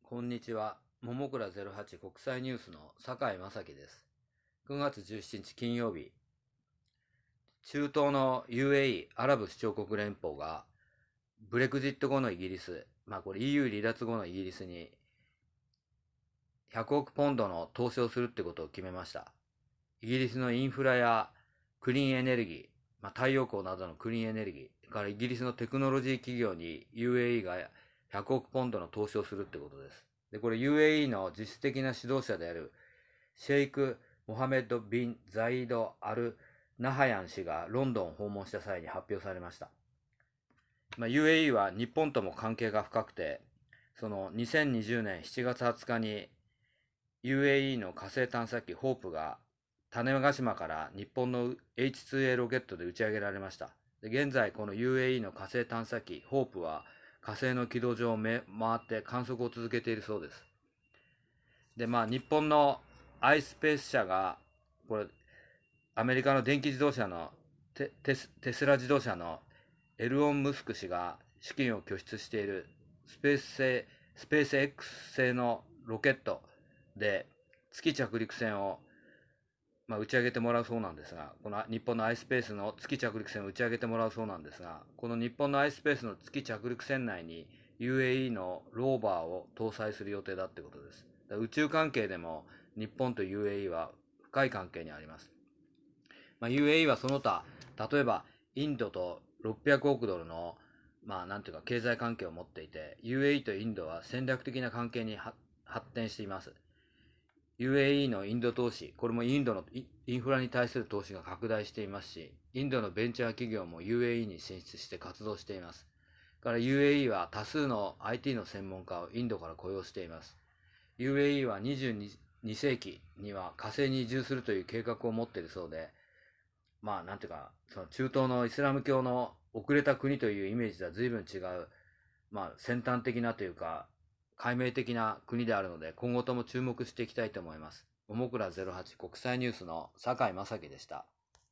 こんにちは。ももくら08国際ニュースの酒井正樹です。9月17日金曜日、中東の UAE、アラブ首長国連邦が、ブレグジット後のイギリス、これ EU 離脱後のイギリスに100億ポンドの投資をするってことを決めました。イギリスのインフラやクリーンエネルギー、太陽光などのクリーンエネルギー、からイギリスのテクノロジー企業に UAE が100億ポンドの投資をするってことです。で、これ UAE の実質的な指導者であるシェイク・モハメッド・ビン・ザイード・アル・ナハヤン氏がロンドンを訪問した際に発表されました。UAE は日本とも関係が深くて、その2020年7月20日に UAE の火星探査機ホープが種子島から日本の H2A ロケットで打ち上げられました。で、現在この UAE の火星探査機ホープは火星の軌道上を回って観測を続けているそうです。で、日本のアイスペース社が、これ、アメリカの電気自動車のテスラ自動車のエルオン・ムスク氏が資金を拠出しているスペース X 製のロケットで月着陸船を打ち上げてもらうそうなんですが、この日本の iSpace の月着陸船を打ち上げてもらうそうなんですが、この日本の iSpace の月着陸船内に UAE のローバーを搭載する予定だってことです。宇宙関係でも日本と UAE は深い関係にあります。UAE はその他、例えばインドと600億ドルのなんていうか経済関係を持っていて、UAE とインドは戦略的な関係に発展しています。UAE のインド投資、これもインドのインフラに対する投資が拡大していますし、インドのベンチャー企業も UAE に進出して活動しています。から UAE は多数の IT の専門家をインドから雇用しています。UAE は22世紀には火星に移住するという計画を持っているそうで、なんていうか、その中東のイスラム教の遅れた国というイメージとは随分違う、先端的なというか、解明的な国であるので、今後とも注目していきたいと思います。ももくら08国際ニュースの酒井正樹でした。